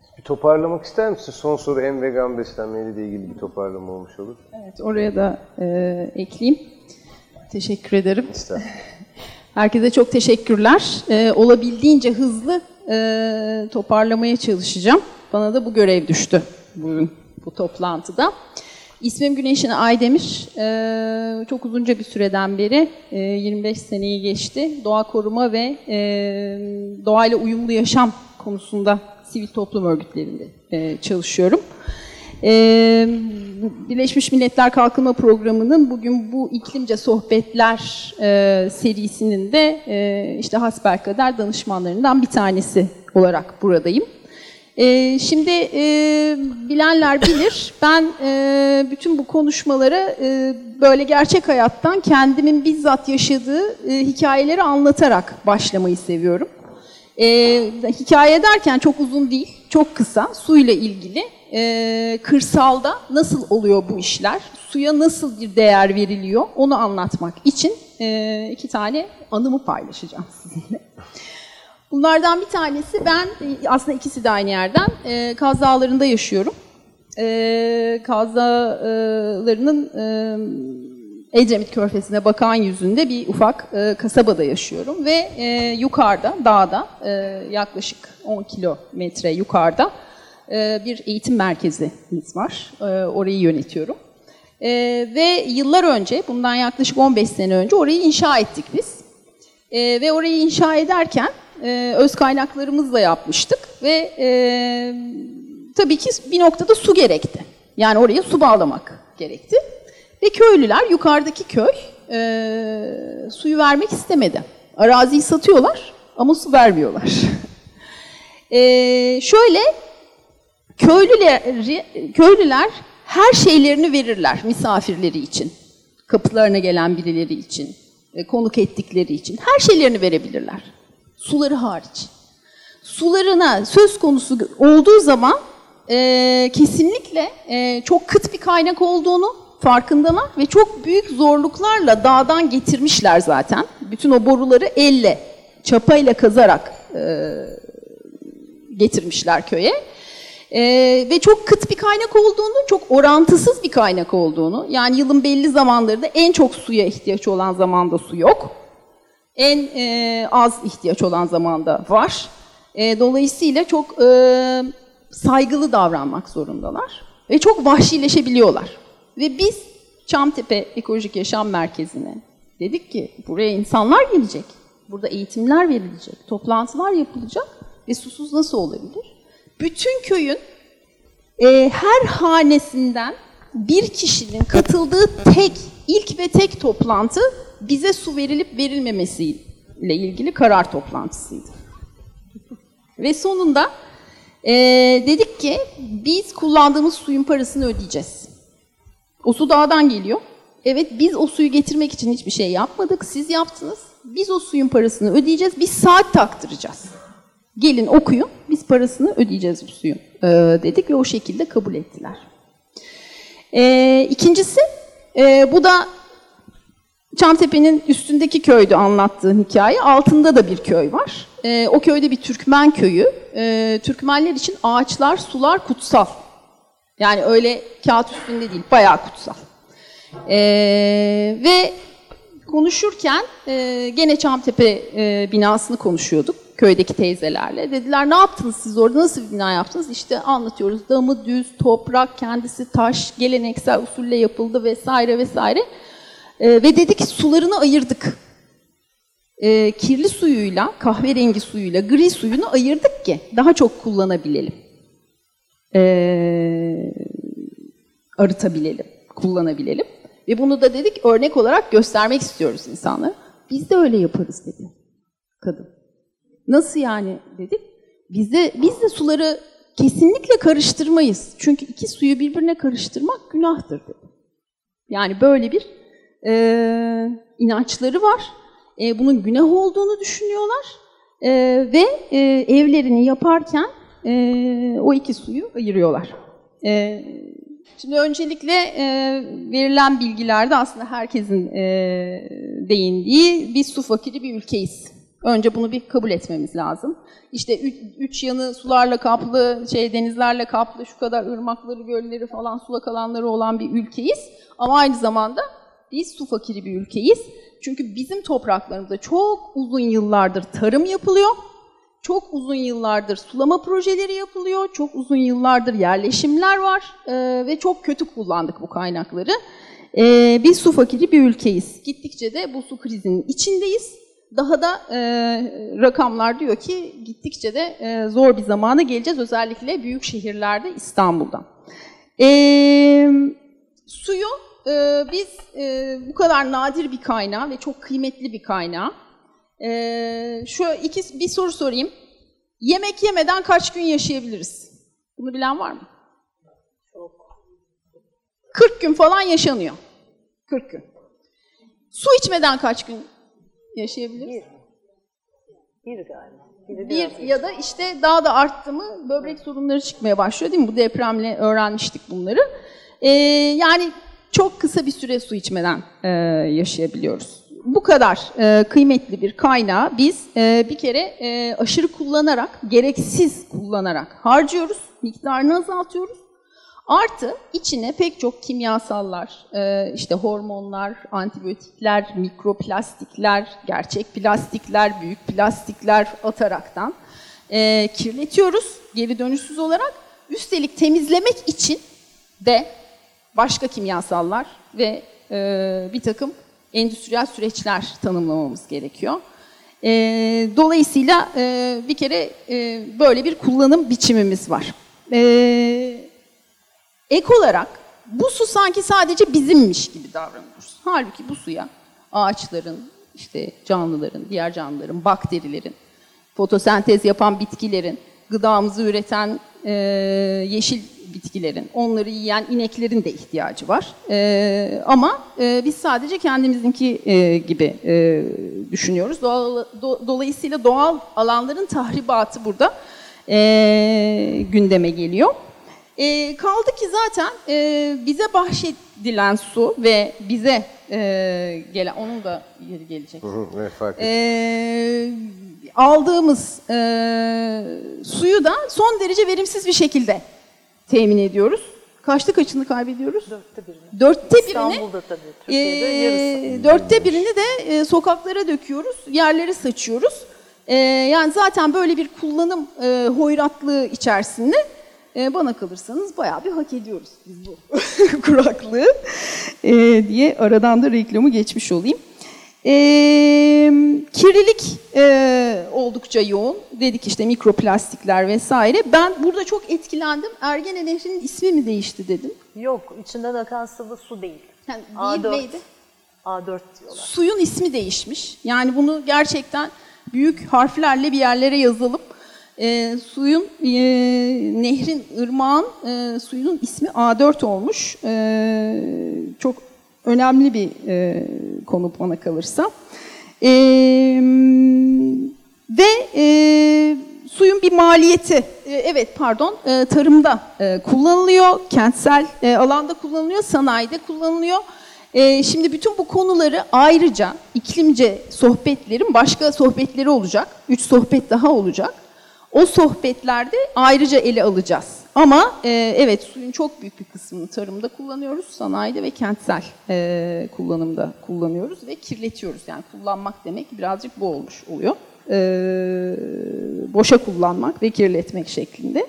Bir toparlamak ister misin? Son soru hem vegan beslenmeyle ilgili bir toparlama olmuş olur. Evet, oraya da ekleyeyim. Teşekkür ederim. Estağfurullah. Herkese çok teşekkürler. Olabildiğince hızlı toparlamaya çalışacağım. Bana da bu görev düştü bugün bu toplantıda. İsmim Güneşin Aydemir. Çok uzunca bir süreden beri, 25 seneyi geçti, doğa koruma ve doğayla uyumlu yaşam konusunda sivil toplum örgütlerinde çalışıyorum. Birleşmiş Milletler Kalkınma Programı'nın bugün bu iklimce sohbetler serisinin de işte hasbelkader danışmanlarından bir tanesi olarak buradayım. Şimdi bilenler bilir, ben bütün bu konuşmaları böyle gerçek hayattan kendimin bizzat yaşadığı hikayeleri anlatarak başlamayı seviyorum. Hikaye derken çok uzun değil, çok kısa, suyla ilgili. Kırsalda nasıl oluyor bu işler, suya nasıl bir değer veriliyor onu anlatmak için 2 tane anımı paylaşacağım sizinle. Bunlardan bir tanesi, ben aslında ikisi de aynı yerden, Kaz Dağları'nda yaşıyorum. Kaz Dağları'nın Edremit Körfezi'ne bakan yüzünde bir ufak kasabada yaşıyorum ve yukarıda, dağda, yaklaşık 10 kilometre yukarıda bir eğitim merkezimiz var. Orayı yönetiyorum. Ve yıllar önce, bundan yaklaşık 15 sene önce orayı inşa ettik biz. Ve orayı inşa ederken öz kaynaklarımızla yapmıştık ve tabii ki bir noktada su gerekti. Yani oraya su bağlamak gerekti. Ve köylüler, yukarıdaki köy suyu vermek istemedi. Araziyi satıyorlar ama su vermiyorlar. Şöyle, köylüler her şeylerini verirler misafirleri için, kapılarına gelen birileri için, konuk ettikleri için her şeylerini verebilirler. Suları hariç. Sularına söz konusu olduğu zaman kesinlikle çok kıt bir kaynak olduğunu farkındalar ve çok büyük zorluklarla dağdan getirmişler zaten. Bütün o boruları elle, çapayla kazarak getirmişler köye. Ve çok kıt bir kaynak olduğunu, çok orantısız bir kaynak olduğunu, yani yılın belli zamanlarında en çok suya ihtiyaç olan zamanda su yok, en az ihtiyaç olan zamanda var. Dolayısıyla çok saygılı davranmak zorundalar ve çok vahşileşebiliyorlar. Ve biz Çamtepe Ekolojik Yaşam Merkezi'ne dedik ki buraya insanlar gelecek, burada eğitimler verilecek, toplantılar yapılacak ve susuz nasıl olabilir? Bütün köyün her hanesinden bir kişinin katıldığı ilk ve tek toplantı bize su verilip verilmemesiyle ilgili karar toplantısıydı. Ve sonunda dedik ki biz kullandığımız suyun parasını ödeyeceğiz. O su dağdan geliyor. Evet, biz o suyu getirmek için hiçbir şey yapmadık, siz yaptınız. Biz o suyun parasını ödeyeceğiz, biz saat taktıracağız. Gelin okuyun, biz parasını ödeyeceğiz bu suyun dedik ve o şekilde kabul ettiler. İkincisi, bu da Çamtepe'nin üstündeki köyde anlattığım hikaye. Altında da bir köy var. O köyde bir Türkmen köyü. Türkmenler için ağaçlar, sular kutsal. Yani öyle kağıt üstünde değil, bayağı kutsal. Ve konuşurken gene Çamtepe binasını konuşuyorduk köydeki teyzelerle. Dediler, ne yaptınız siz orada, nasıl bir bina yaptınız? İşte anlatıyoruz, damı düz, toprak, kendisi taş, geleneksel usulle yapıldı vesaire vesaire. Ve dedik sularını ayırdık. Kirli suyuyla, kahverengi suyuyla, gri suyunu ayırdık ki daha çok kullanabilelim. Arıtabilelim, kullanabilelim. Ve bunu da dedik örnek olarak göstermek istiyoruz insanlara. Biz de öyle yaparız dedi kadın. Nasıl yani dedik. Biz de suları kesinlikle karıştırmayız. Çünkü iki suyu birbirine karıştırmak günahtır dedi. Yani böyle bir inançları var. Bunun günah olduğunu düşünüyorlar. Ve evlerini yaparken o iki suyu ayırıyorlar. Şimdi öncelikle verilen bilgilerde aslında herkesin değindiği biz su fakiri bir ülkeyiz. Önce bunu bir kabul etmemiz lazım. İşte üç yanı sularla kaplı, denizlerle kaplı, şu kadar ırmakları, gölleri falan, sulak alanları olan bir ülkeyiz. Ama aynı zamanda biz su fakiri bir ülkeyiz. Çünkü bizim topraklarımızda çok uzun yıllardır tarım yapılıyor. Çok uzun yıllardır sulama projeleri yapılıyor. Çok uzun yıllardır yerleşimler var. Ve çok kötü kullandık bu kaynakları. Biz su fakiri bir ülkeyiz. Gittikçe de bu su krizinin içindeyiz. Daha da rakamlar diyor ki gittikçe de zor bir zamana geleceğiz. Özellikle büyük şehirlerde, İstanbul'da. Suyu biz bu kadar nadir bir kaynağı ve çok kıymetli bir kaynağı. Bir soru sorayım. Yemek yemeden kaç gün yaşayabiliriz? Bunu bilen var mı? 40 gün falan yaşanıyor. 40 gün. Su içmeden kaç gün yaşayabiliriz? Bir galiba. Bir ya da işte daha da arttı mı böbrek sorunları çıkmaya başlıyor değil mi? Bu depremle öğrenmiştik bunları. Yani çok kısa bir süre su içmeden yaşayabiliyoruz. Bu kadar kıymetli bir kaynağı biz bir kere aşırı kullanarak, gereksiz kullanarak harcıyoruz, miktarını azaltıyoruz. Artı içine pek çok kimyasallar, işte hormonlar, antibiyotikler, mikroplastikler, gerçek plastikler, büyük plastikler ataraktan kirletiyoruz geri dönüşsüz olarak. Üstelik temizlemek için de başka kimyasallar ve bir takım endüstriyel süreçler tanımlamamız gerekiyor. Dolayısıyla bir kere böyle bir kullanım biçimimiz var. Ek olarak bu su sanki sadece bizimmiş gibi davranıyoruz. Halbuki bu suya ağaçların, işte canlıların, diğer canlıların, bakterilerin, fotosentez yapan bitkilerin, gıdamızı üreten yeşil bitkilerin, onları yiyen ineklerin de ihtiyacı var. Ama biz sadece kendimizinki gibi düşünüyoruz. Dolayısıyla doğal alanların tahribatı burada gündeme geliyor. Kaldı ki zaten bize bahşedilen su ve bize gelen, onun da yeri gelecek. Evet, fark ettim. Aldığımız suyu da son derece verimsiz bir şekilde temin ediyoruz. Kaçını kaybediyoruz? 1/4. Dörtte birini. İstanbul'da tabii, Türkiye'de yarısı. Dörtte birini de sokaklara döküyoruz, yerlere saçıyoruz. Yani zaten böyle bir kullanım hoyratlığı içerisinde bana kalırsanız bayağı bir hak ediyoruz biz bu kuraklığı diye aradan da reklamı geçmiş olayım. Kirlilik oldukça yoğun. Dedik işte mikroplastikler vesaire. Ben burada çok etkilendim. Ergene Nehri'nin ismi mi değişti dedim. Yok, içinden akan sıvı su değil. Yani A4. neydi? A4 diyorlar. Suyun ismi değişmiş. Yani bunu gerçekten büyük harflerle bir yerlere yazalım. Suyun, nehrin, ırmağın suyunun ismi A4 olmuş. Çok önemli bir konu bana kalırsa. Suyun bir maliyeti, tarımda kullanılıyor, kentsel alanda kullanılıyor, sanayide kullanılıyor. Şimdi bütün bu konuları ayrıca iklimce sohbetlerin başka sohbetleri olacak, 3 sohbet daha olacak. O sohbetlerde ayrıca ele alacağız. Ama evet, suyun çok büyük bir kısmını tarımda kullanıyoruz, sanayide ve kentsel kullanımda kullanıyoruz ve kirletiyoruz. Yani kullanmak demek birazcık bu olmuş oluyor. Boşa kullanmak ve kirletmek şeklinde.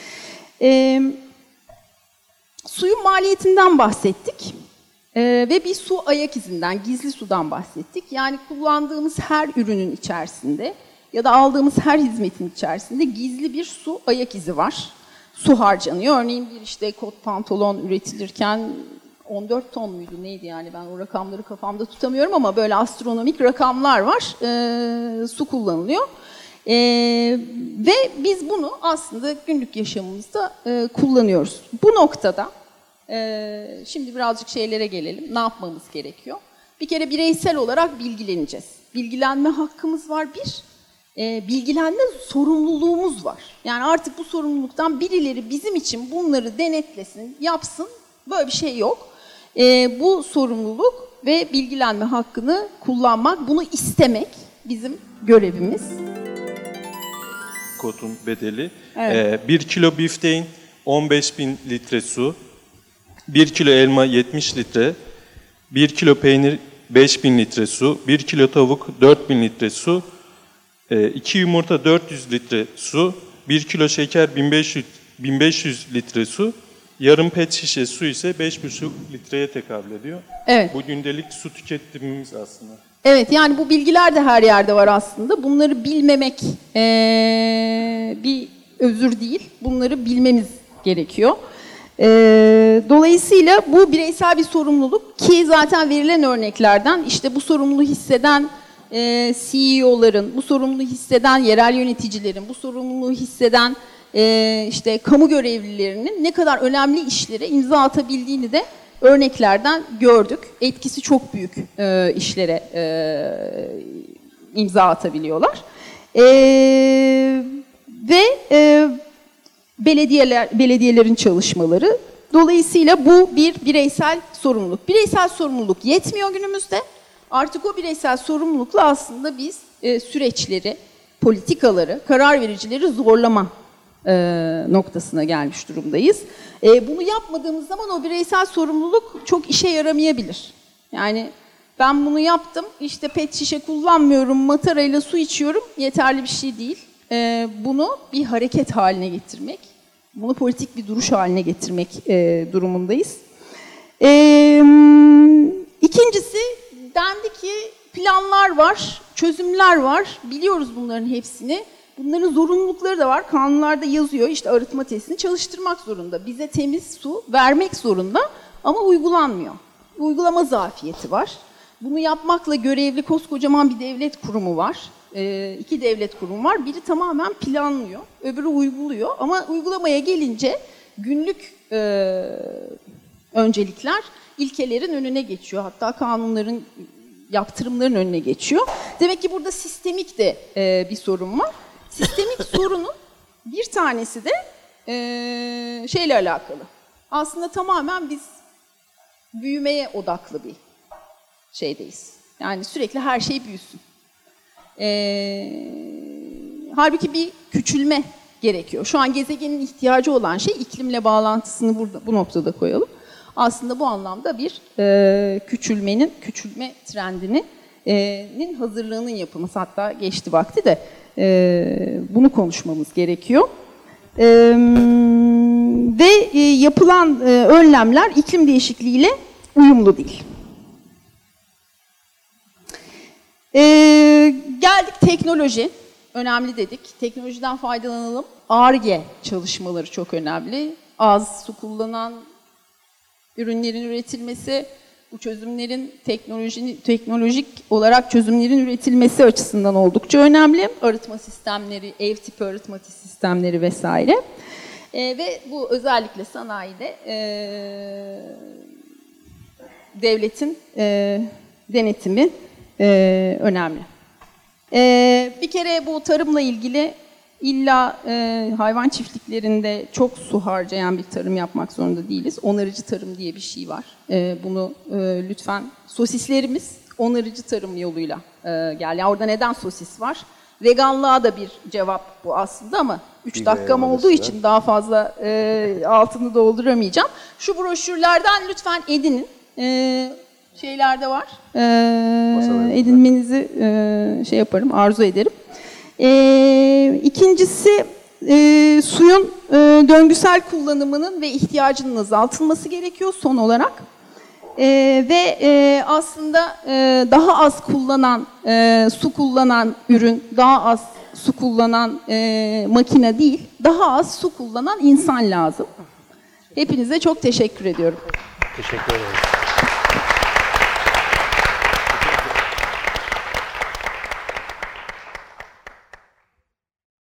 Suyun maliyetinden bahsettik. Ve bir su ayak izinden, gizli sudan bahsettik. Yani kullandığımız her ürünün içerisinde ya da aldığımız her hizmetin içerisinde gizli bir su ayak izi var. Su harcanıyor. Örneğin bir işte kot pantolon üretilirken 14 ton muydu neydi yani, ben o rakamları kafamda tutamıyorum ama böyle astronomik rakamlar var. Su kullanılıyor. Ve biz bunu aslında günlük yaşamımızda kullanıyoruz. Bu noktada şimdi birazcık şeylere gelelim. Ne yapmamız gerekiyor? Bir kere bireysel olarak bilgileneceğiz. Bilgilenme hakkımız var bir. Bilgilenme sorumluluğumuz var. Yani artık bu sorumluluktan birileri bizim için bunları denetlesin, yapsın. Böyle bir şey yok. Bu sorumluluk ve bilgilenme hakkını kullanmak, bunu istemek bizim görevimiz. Kodun bedeli. Evet. 1 kilo bifteğin 15.000 litre su, 1 kilo elma 70 litre, 1 kilo peynir 5.000 litre su, 1 kilo tavuk 4.000 litre su, 2 yumurta 400 litre su, 1 kilo şeker 1500 litre su, yarım pet şişe su ise 5,5 litreye tekabül ediyor. Evet. Bu gündelik su tüketimimiz aslında. Evet, yani bu bilgiler de her yerde var aslında. Bunları bilmemek bir özür değil. Bunları bilmemiz gerekiyor. Dolayısıyla bu bireysel bir sorumluluk ki zaten verilen örneklerden işte bu sorumluluğu hisseden CEO'ların, bu sorumluluğu hisseden yerel yöneticilerin, bu sorumluluğu hisseden işte kamu görevlilerinin ne kadar önemli işlere imza atabildiğini de örneklerden gördük. Etkisi çok büyük işlere imza atabiliyorlar. Ve belediyelerin çalışmaları. Dolayısıyla bu bir bireysel sorumluluk. Bireysel sorumluluk yetmiyor günümüzde. Artık o bireysel sorumlulukla aslında biz süreçleri, politikaları, karar vericileri zorlama noktasına gelmiş durumdayız. Bunu yapmadığımız zaman o bireysel sorumluluk çok işe yaramayabilir. Yani ben bunu yaptım, işte pet şişe kullanmıyorum, matarayla su içiyorum, yeterli bir şey değil. Bunu bir hareket haline getirmek, bunu politik bir duruş haline getirmek durumundayız. İkincisi, dendi ki planlar var, çözümler var, biliyoruz bunların hepsini. Bunların zorunlulukları da var. Kanunlarda yazıyor. İşte arıtma tesisini çalıştırmak zorunda. Bize temiz su vermek zorunda ama uygulanmıyor. Uygulama zafiyeti var. Bunu yapmakla görevli koskocaman bir devlet kurumu var. 2 devlet kurumu var. Biri tamamen planlıyor, öbürü uyguluyor. Ama uygulamaya gelince günlük öncelikler ilkelerin önüne geçiyor. Hatta kanunların, yaptırımların önüne geçiyor. Demek ki burada sistemik de bir sorun var. Sistemik sorunun bir tanesi de şeyle alakalı. Aslında tamamen biz büyümeye odaklı bir şeydeyiz. Yani sürekli her şey büyüsün. Halbuki bir küçülme gerekiyor. Şu an gezegenin ihtiyacı olan şey iklimle bağlantısını bu noktada koyalım. Aslında bu anlamda bir küçülme trendinin hazırlığının yapılması, hatta geçti vakti de bunu konuşmamız gerekiyor. Ve yapılan önlemler iklim değişikliğiyle uyumlu değil. Geldik teknoloji. Önemli dedik. Teknolojiden faydalanalım. Ar-Ge çalışmaları çok önemli. Az su kullanan ürünlerin üretilmesi, bu çözümlerin teknolojik olarak çözümlerin üretilmesi açısından oldukça önemli. Arıtma sistemleri, ev tipi arıtma sistemleri vesaire. Ve bu özellikle sanayide devletin denetimi önemli. Bir kere bu tarımla ilgili illa hayvan çiftliklerinde çok su harcayan bir tarım yapmak zorunda değiliz. Onarıcı tarım diye bir şey var. Bunu lütfen, sosislerimiz onarıcı tarım yoluyla gel. Yani orada neden sosis var? Veganlığa da bir cevap bu aslında ama 3 dakikam olduğu için daha fazla altını dolduramayacağım. Şu broşürlerden lütfen edinin. Şeylerde var. Edinmenizi şey yaparım, arzu ederim. İkincisi, suyun döngüsel kullanımının ve ihtiyacının azaltılması gerekiyor son olarak. Ve aslında daha az kullanan, su kullanan ürün, daha az su kullanan makine değil, daha az su kullanan insan lazım. Hepinize çok teşekkür ediyorum. Teşekkür ederim.